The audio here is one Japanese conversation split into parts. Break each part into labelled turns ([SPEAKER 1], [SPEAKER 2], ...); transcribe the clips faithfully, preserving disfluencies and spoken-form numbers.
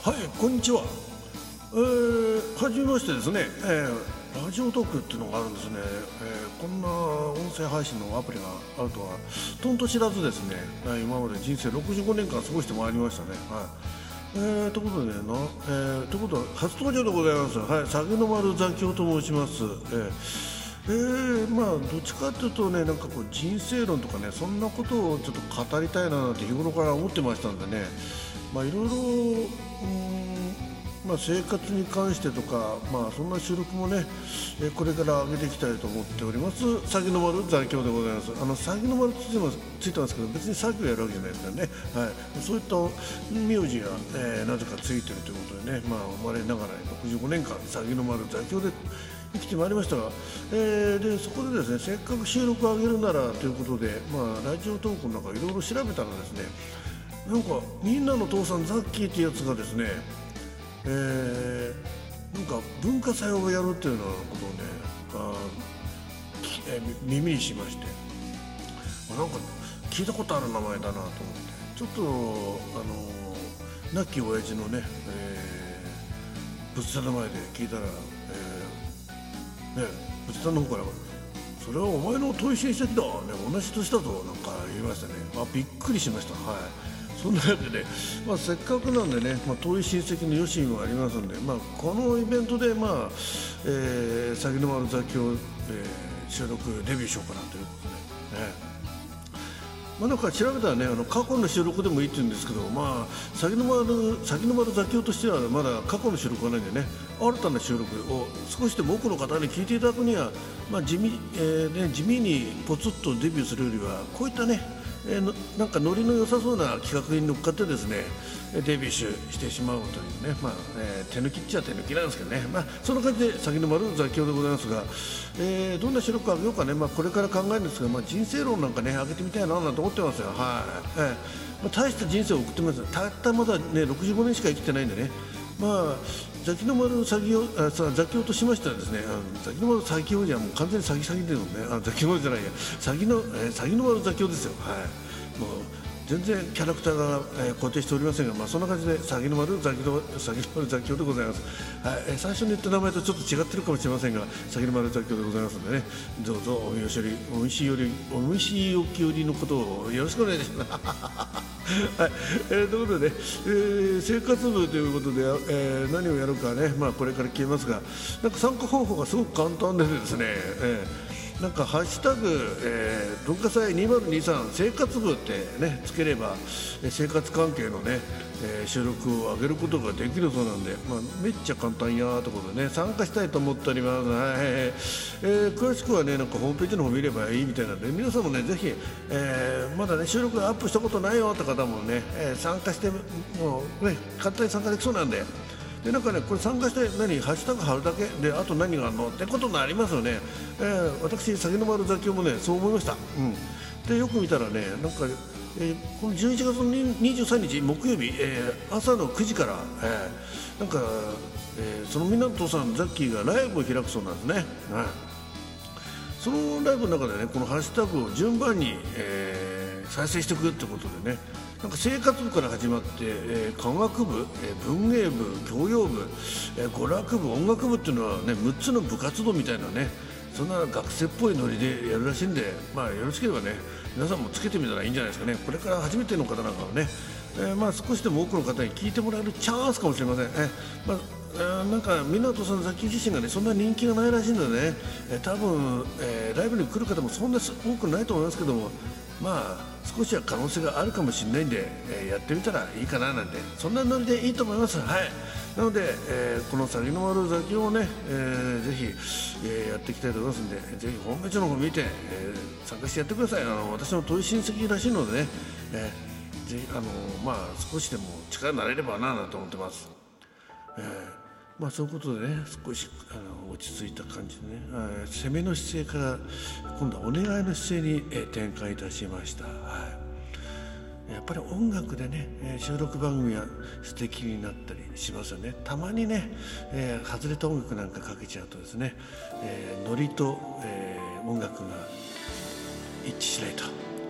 [SPEAKER 1] はい、こんにちは。えー、はじめましてですね、えー、ラジオトークっていうのがあるんですね、えー、こんな音声配信のアプリがあるとはとんと知らずですね、今まで人生ろくじゅうごねんかん過ごしてまいりましたね。はい、えー、ということでね、なえー、ということは初登場でございます。はい、鷺の丸座京と申します。えーえー、まあどっちかというとね、なんかこう人生論とかね、そんなことをちょっと語りたいななんて日頃から思ってましたんでね、まあいろいろ、うーんまあ、生活に関してとか、まあそんな収録もね、えーこれから上げていきたいと思っております。鷺の丸座京でございます。あの鷺の丸ついてます、ついてますけど、別に鷺をやるわけじゃないですからね。はい、そういった名字が、えーなぜかついてるということでね、まあ生まれながらろくじゅうごねんかん鷺の丸座京で生きてまいりましたが、えーでそこでですね、せっかく収録を上げるならということで、まあ、ラジオトークの中いろいろ調べたらですね、なんかみんなの父さんザッキーっていうやつがですね、えーなんか文化祭をやるっていうようなことをね、あきえーみ耳にしまして、あなんか聞いたことある名前だなと思って、ちょっとあの亡き親父のね、えー仏壇の前で聞いたら、えーね、仏壇の方から「それはお前の遠い親戚だ、ね、同じ年だぞ」なんか言いましたね。あ、びっくりしました。はい、そんなわけで、まあ、せっかくなんでね、まあ、遠い親戚の余震もありますので、まあ、このイベントで、まあえー、鷺の丸座京、えー収録デビューしようかなということで、ね、まあ、なんか調べたらね、あの過去の収録でもいいって言うんですけど、まあ、鷺の丸鷺の丸座京としてはまだ過去の収録がないんでね、新たな収録を少しでも多くの方に聞いていただくには、まあ地味えーね、地味にポツッとデビューするよりは、こういったね、えーのなんかノリの良さそうな企画に乗っかってですね、デビューしてしまうというね、まあえー手抜きっちゃ手抜きなんですけどね、まあ、そんな感じで鷺の丸座京でございますが、えーどんな収録を上げようかね、まあ、これから考えるんですが、まあ、人生論なんかね上げてみたいななんて思ってますよ。はい、えーまあ、大した人生を送ってます。たったまだねろくじゅうごねんしか生きてないんでね、まあ鷺の丸鷺をあさ座京としましてはですね、あの鷺の丸鷺京じゃもう完全に詐欺詐欺ですもんね。あ、鷺の丸じゃないや、鷺の、えー、鷺の丸座京ですよ。はい、もう全然キャラクターが、えー固定しておりませんが、まあ、そんな感じで鷺の丸座京鷺の丸座京でございます。はい、えー最初に言った名前とちょっと違ってるかもしれませんが、鷺の丸座京でございますのでね、どうぞお見よりお見しよりお見しおきよりのことをよろしくお願いします。はい、えーということでね、えー生活部ということで、えー何をやるかね、まあ、これから決めますが、なんか参加方法がすごく簡単でですね、えーなんかハッシュタグ、えー文化祭にせんにじゅうさん生活部ってねつければ、えー生活関係のね、えー収録を上げることができるそうなんで、まあ、めっちゃ簡単やーということでね、参加したいと思っております。はい、えー詳しくはね、なんかホームページの方見ればいいみたいなんで、皆さんもねぜひ、えーまだね収録アップしたことないよって方もね、えー参加してもうね簡単に参加できそうなんで。でなんかね、これ参加して何ハッシュタグ貼るだけで、あと何があるのってことになりますよね。えー私鷺の丸座京もねそう思いました。うん、でよく見たらね、なんか、えーこのじゅういちがつのにじゅうさんにち木曜日、えー朝のくじから、えーなんか、えーそのみんなの父さんザッキーがライブを開くそうなんですね。はい、そのライブの中でね、このハッシュタグを順番に、えー再生していくってことでね、なんか生活部から始まって、えー科学部、えー文芸部、教養部、えー娯楽部、音楽部っていうのはねむっつの部活動みたいなね、そんな学生っぽいノリでやるらしいんで、まあよろしければね皆さんもつけてみたらいいんじゃないですかね。これから初めての方なんかはね、えーまあ少しでも多くの方に聞いてもらえるチャンスかもしれません。えーまあえーなんかみんなとそのザッキー自身がねそんな人気がないらしいのでね、えー多分、えーライブに来る方もそんな多くないと思いますけども、まあ少しは可能性があるかもしれないんで、えーやってみたらいいかななんて、そんなノリでいいと思います。はい、なので、えーこの鷺の丸座京をね、えーぜひ、えーやっていきたいと思いますんで、ぜひホームページの方見て、えー参加してやってください。あの私の遠い親戚らしいのでね、えーぜひあのまあ少しでも力になれればななんて思ってます。えーまあ、そういうことでね、少しあの落ち着いた感じでね、えー攻めの姿勢から今度はお願いの姿勢に、えー転換いたしました。はい、やっぱり音楽でね、えー収録番組は素敵になったりしますよね。たまにね、えー外れた音楽なんかかけちゃうとですね、えーノリと、えー音楽が一致しないと、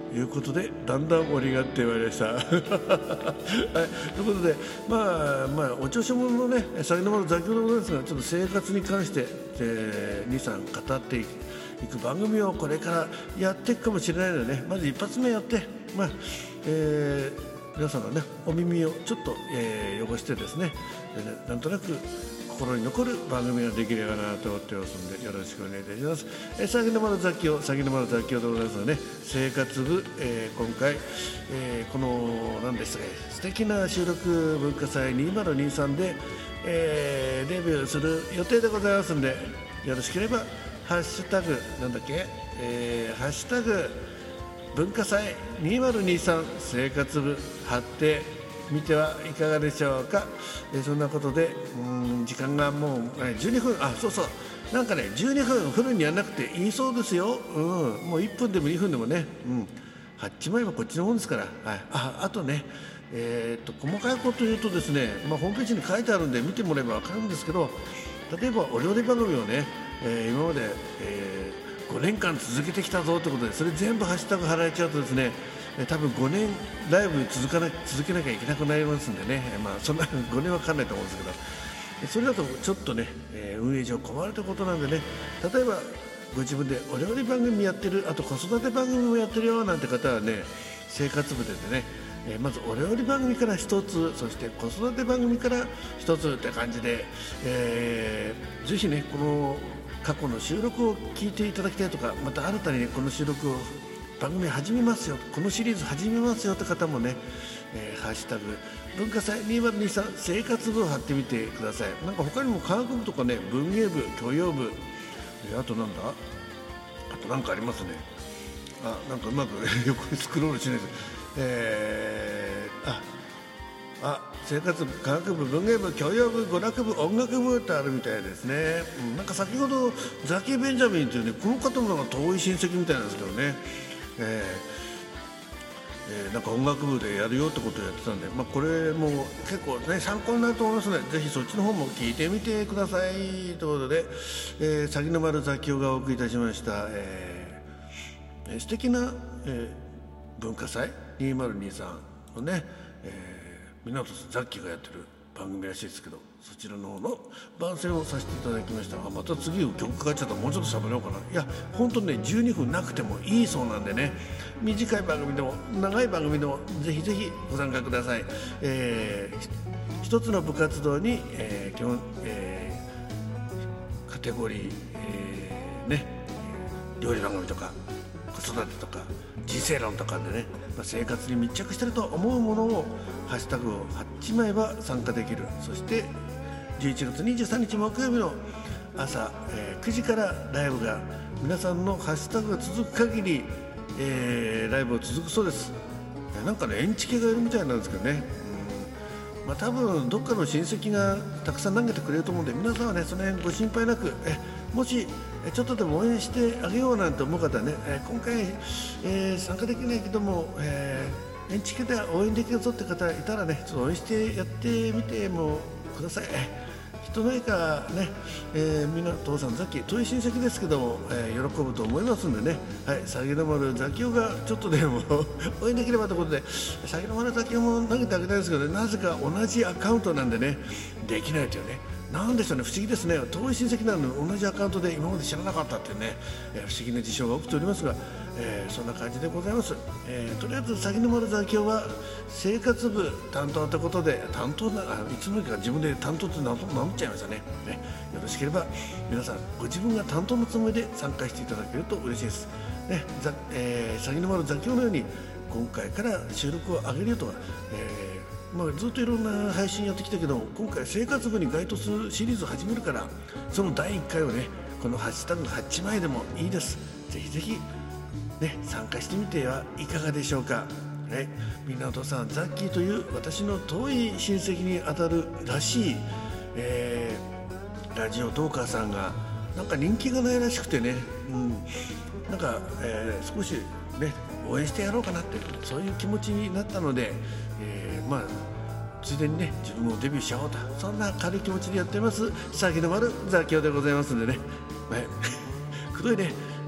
[SPEAKER 1] いうことでだんだん盛り上がってまいりました。はい、ということで、まあまあ、お調子者のね先の丸座興でございますが、ちょっと生活に関して、えー、にさん語っていく番組をこれからやっていくかもしれないのでね、まず一発目やって、まあえー、皆さんのねお耳をちょっと、えー、汚してですね、えー、なんとなく心に残る番組ができればなと思ってますので、よろしくお願いいたします。えー、先の丸雑記を先の丸雑記をでございますので、ね、生活部、えー、今回、えー、この何でしたか、素敵な収録文化祭にせんにじゅうさんで、えー、デビューする予定でございますので、よろしければハッシュタグなんだっけ、えー、ハッシュタグ文化祭にせんにじゅうさん生活部貼って見てはいかがでしょうか。えー、そんなことで、うん時間がもう、えー、じゅうにふん、あそうそうなんかねじゅうにふんフルにやらなくていいそうですよ。うん、もういっぷんでもにふんでもね、うん、貼っちまえばこっちのもんですから。はい、ああとね、えー、っと細かいこと言うとですね、まあ、ホームページに書いてあるんで見てもらえば分かるんですけど、例えばお料理番組をね、えー、今まで、えー、ごねんかん続けてきたぞということで、それ全部ハッシュタグ貼られちゃうとですね、多分ごねんライブ続かな続けなきゃいけなくなりますんでね、まあ、そんなごねんはかかんないと思うんですけど、それだとちょっとね、えー、運営上困るということなんでね、例えばご自分でお料理番組やってる、あと子育て番組もやってるよなんて方はね、生活部でね、えー、まずお料理番組から一つ、そして子育て番組から一つって感じで、えー、ぜひねこの過去の収録を聞いていただきたいとか、また新たに、ね、この収録を番組始めますよ、このシリーズ始めますよって方もね、えー、ハッシュタグ文化祭にせんにじゅうさん生活部を貼ってみてください。なんか他にも科学部とかね、文芸部、教養部、えー、あとなんだあとなんかありますね。あなんかうまく横にスクロールしないです。えー、ああ生活部、科学部、文芸部、教養部、娯楽部、音楽部ってあるみたいですね。うん、なんか先ほどザキー・ベンジャミンというね、この方もなんか遠い親戚みたいなんですけどね、えーえー、なんか音楽部でやるよってことをやってたんで、まあ、これも結構、ね、参考になると思いますので、ぜひそっちの方も聞いてみてくださいということで、えー、鷺の丸雑記がお送りいたしました、えー、素敵な、えー、文化祭にせんにじゅうさんのね、えー港さんザッキーがやってる番組らしいですけど、そちらの方の番宣をさせていただきました。あまた次曲かかっちゃったらもうちょっと喋ろうかな。いや本当ねじゅうにふんなくてもいいそうなんでね、短い番組でも長い番組でもぜひぜひご参加ください。えー、一つの部活動に、えー基本えー、カテゴリー、えーね、料理番組とか子育てとか人生論とかでね、まあ、生活に密着してると思うものをハッシュタグを貼っちまえば参加できる。そしてじゅういちがつにじゅうさんにち木曜日の朝、えー、くじからライブが、皆さんのハッシュタグが続く限り、えー、ライブを続くそうです。なんかねエンチケがいるみたいなんですけどね、うんまあ、多分どっかの親戚がたくさん投げてくれると思うんで、皆さんはねその辺ご心配なく、えもしちょっとでも応援してあげようなんて思う方はね、え今回、えー、参加できないけども、えー、エンチケで応援できるぞって方いたらね、ちょっと応援してやってみてもください。人の絵かね、えー、みんな父さんザキ遠い親戚ですけども、えー、喜ぶと思いますんでね、はい、鷺の丸ザキオがちょっとでも応援できればということで、鷺の丸ザキオも投げてあげたいですけどね、なぜか同じアカウントなんでねできないというね、なんでしょうね、不思議ですね。遠い親戚なのに同じアカウントで今まで知らなかったっていうね、えー、不思議な事象が起きておりますが、えー、そんな感じでございます。えー、とりあえず鷺の丸座今日は生活部担当ということで、担当なあいつの間にか自分で担当って名乗っちゃいましたね。ね、よろしければ皆さんご自分が担当のつもりで参加していただけると嬉しいです。ね、ざえー、鷺の丸座今日のように今回から収録を上げるよとは、えーまあ、ずっといろんな配信やってきたけど、今回生活部に該当するシリーズを始めるから、そのだいいっかいをねこのハッシュタグはちまいでもいいです。ぜひぜひ、ね、参加してみてはいかがでしょうか。ね、港さんザッキーという私の遠い親戚にあたるらしい、えー、ラジオトーカーさんがなんか人気がないらしくてね、うん、なんか、えー、少しね応援してやろうかなってそういう気持ちになったので、えー、まあついでにね自分もデビューしちゃおうと、そんな軽い気持ちでやってます鷺の丸ザキオでございますんでね、はい、くどいね、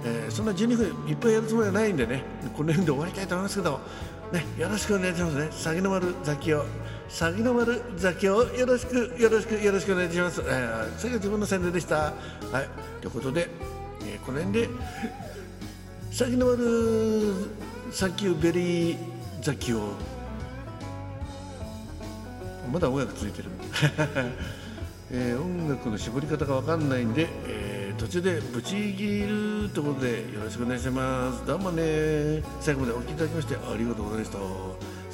[SPEAKER 1] えー、そんなじゅうにふんいっぱいやるつもりはないんでね、この辺で終わりたいと思いますけど、ね、よろしくお願いしますね。鷺の丸ザキオ、鷺の丸ザキオ、よろしくよろしくよろしくお願いします。えー、それが自分の宣伝でした。はい、ということで、えー、この辺で鷺の丸サンキューベリーザキオ、まだ音楽続いてる、えー、音楽の絞り方が分かんないんで、えー、途中でブチ切るということでよろしくお願いします。どうもね、最後までお聞きいただきましてありがとうございました。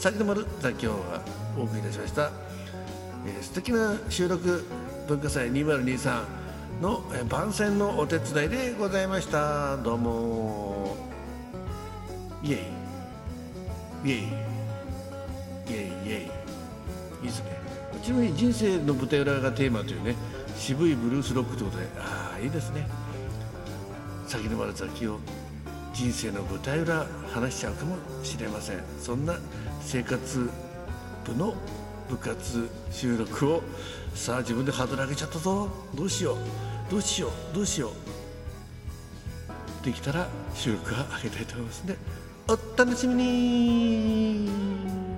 [SPEAKER 1] 鷺の丸ザキオがお送りいたしました、えー、素敵な収録文化祭にせんにじゅうさんの、えー、番宣のお手伝いでございました。どうもイエイイエイイエイイエイ、いいですね。ちなみに人生の舞台裏がテーマというね、渋いブルースロックということで、ああいいですね。鷺の丸ザキオ、人生の舞台裏話しちゃうかもしれません。そんな生活部の部活収録をさあ自分でハードル上げちゃったぞ、どうしようどうしようどうしよう、できたら収録は上げたいと思いますのでお楽しみに。